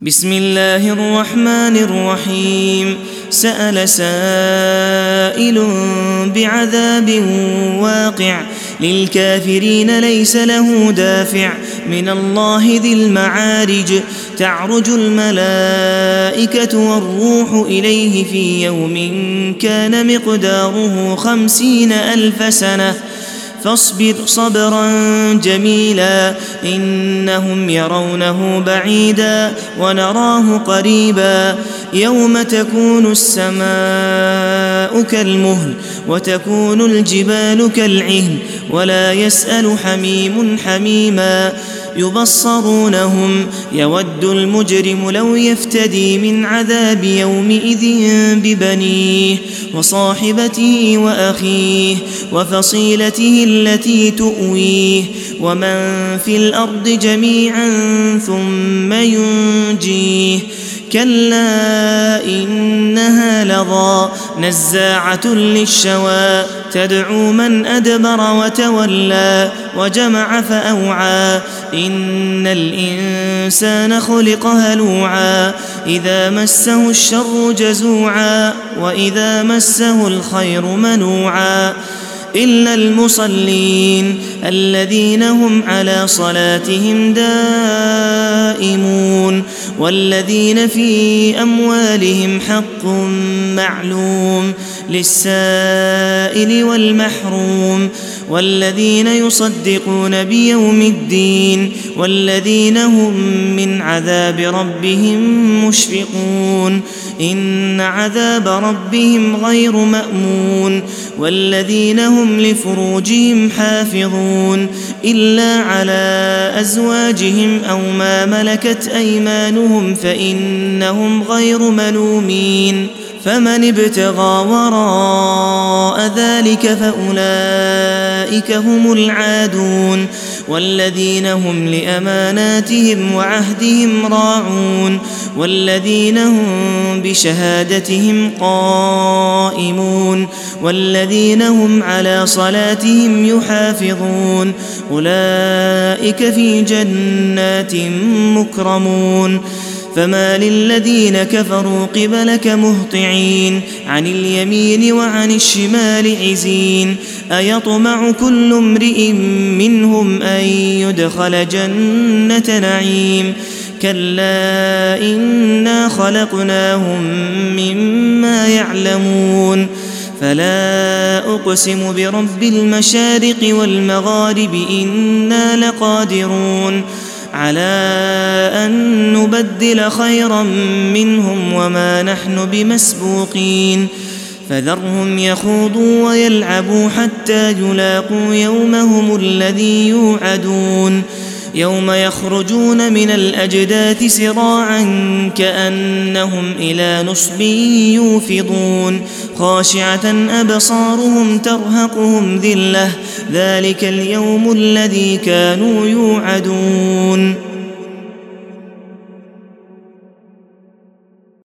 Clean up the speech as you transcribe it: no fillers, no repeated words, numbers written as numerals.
بسم الله الرحمن الرحيم. سأل سائل بعذاب واقع للكافرين ليس له دافع من الله ذي المعارج. تعرج الملائكة والروح إليه في يوم كان مقداره 50,000 سنة فاصبر صبرا جميلا إنهم يرونه بعيدا ونراه قريبا. يوم تكون السماء كالمهل وتكون الجبال كالعهن ولا يسأل حميم حميما. يبصرونهم يود المجرم لو يفتدي من عذاب يومئذ ببنيه وصاحبته وأخيه وفصيلته التي تؤويه ومن في الأرض جميعا ثم ينجيه. كلا إنها لظى نزاعة للشوى تدعو من أدبر وتولى وجمع فأوعى. إن الإنسان خلق هلوعا إذا مسه الشر جزوعا وإذا مسه الخير منوعا إلا المصلين الذين هم على صلاتهم دائمون والذين في أموالهم حق معلوم للسائل والمحروم والذين يصدقون بيوم الدين والذين هم من عذاب ربهم مشفقون. إن عذاب ربهم غير مأمون. والذين هم لفروجهم حافظون إلا على أزواجهم أو ما ملكت أيمانهم فإنهم غير ملومين. فمن ابتغى وراء ذلك فأولئك هم العادون. والذين هم لأماناتهم وعهدهم راعون والذين هم بشهادتهم قائمون والذين هم على صلاتهم يحافظون أولئك في جنات مكرمون. فما للذين كفروا قبلك مهطعين عن اليمين وعن الشمال عزين. أيطمع كل امرئ منهم أن يدخل جنة نعيم كلا إنا خلقناهم مما يعلمون. فلا أقسم برب المشارق والمغارب إنا لقادرون على أن نبدل خيرا منهم وما نحن بمسبوقين. فذرهم يخوضوا ويلعبوا حتى يلاقوا يومهم الذي يوعدون يوم يخرجون من الأجداث سراعا كأنهم إلى نصب يوفضون خاشعة أبصارهم ترهقهم ذلة ذلك اليوم الذي كانوا يوعدون.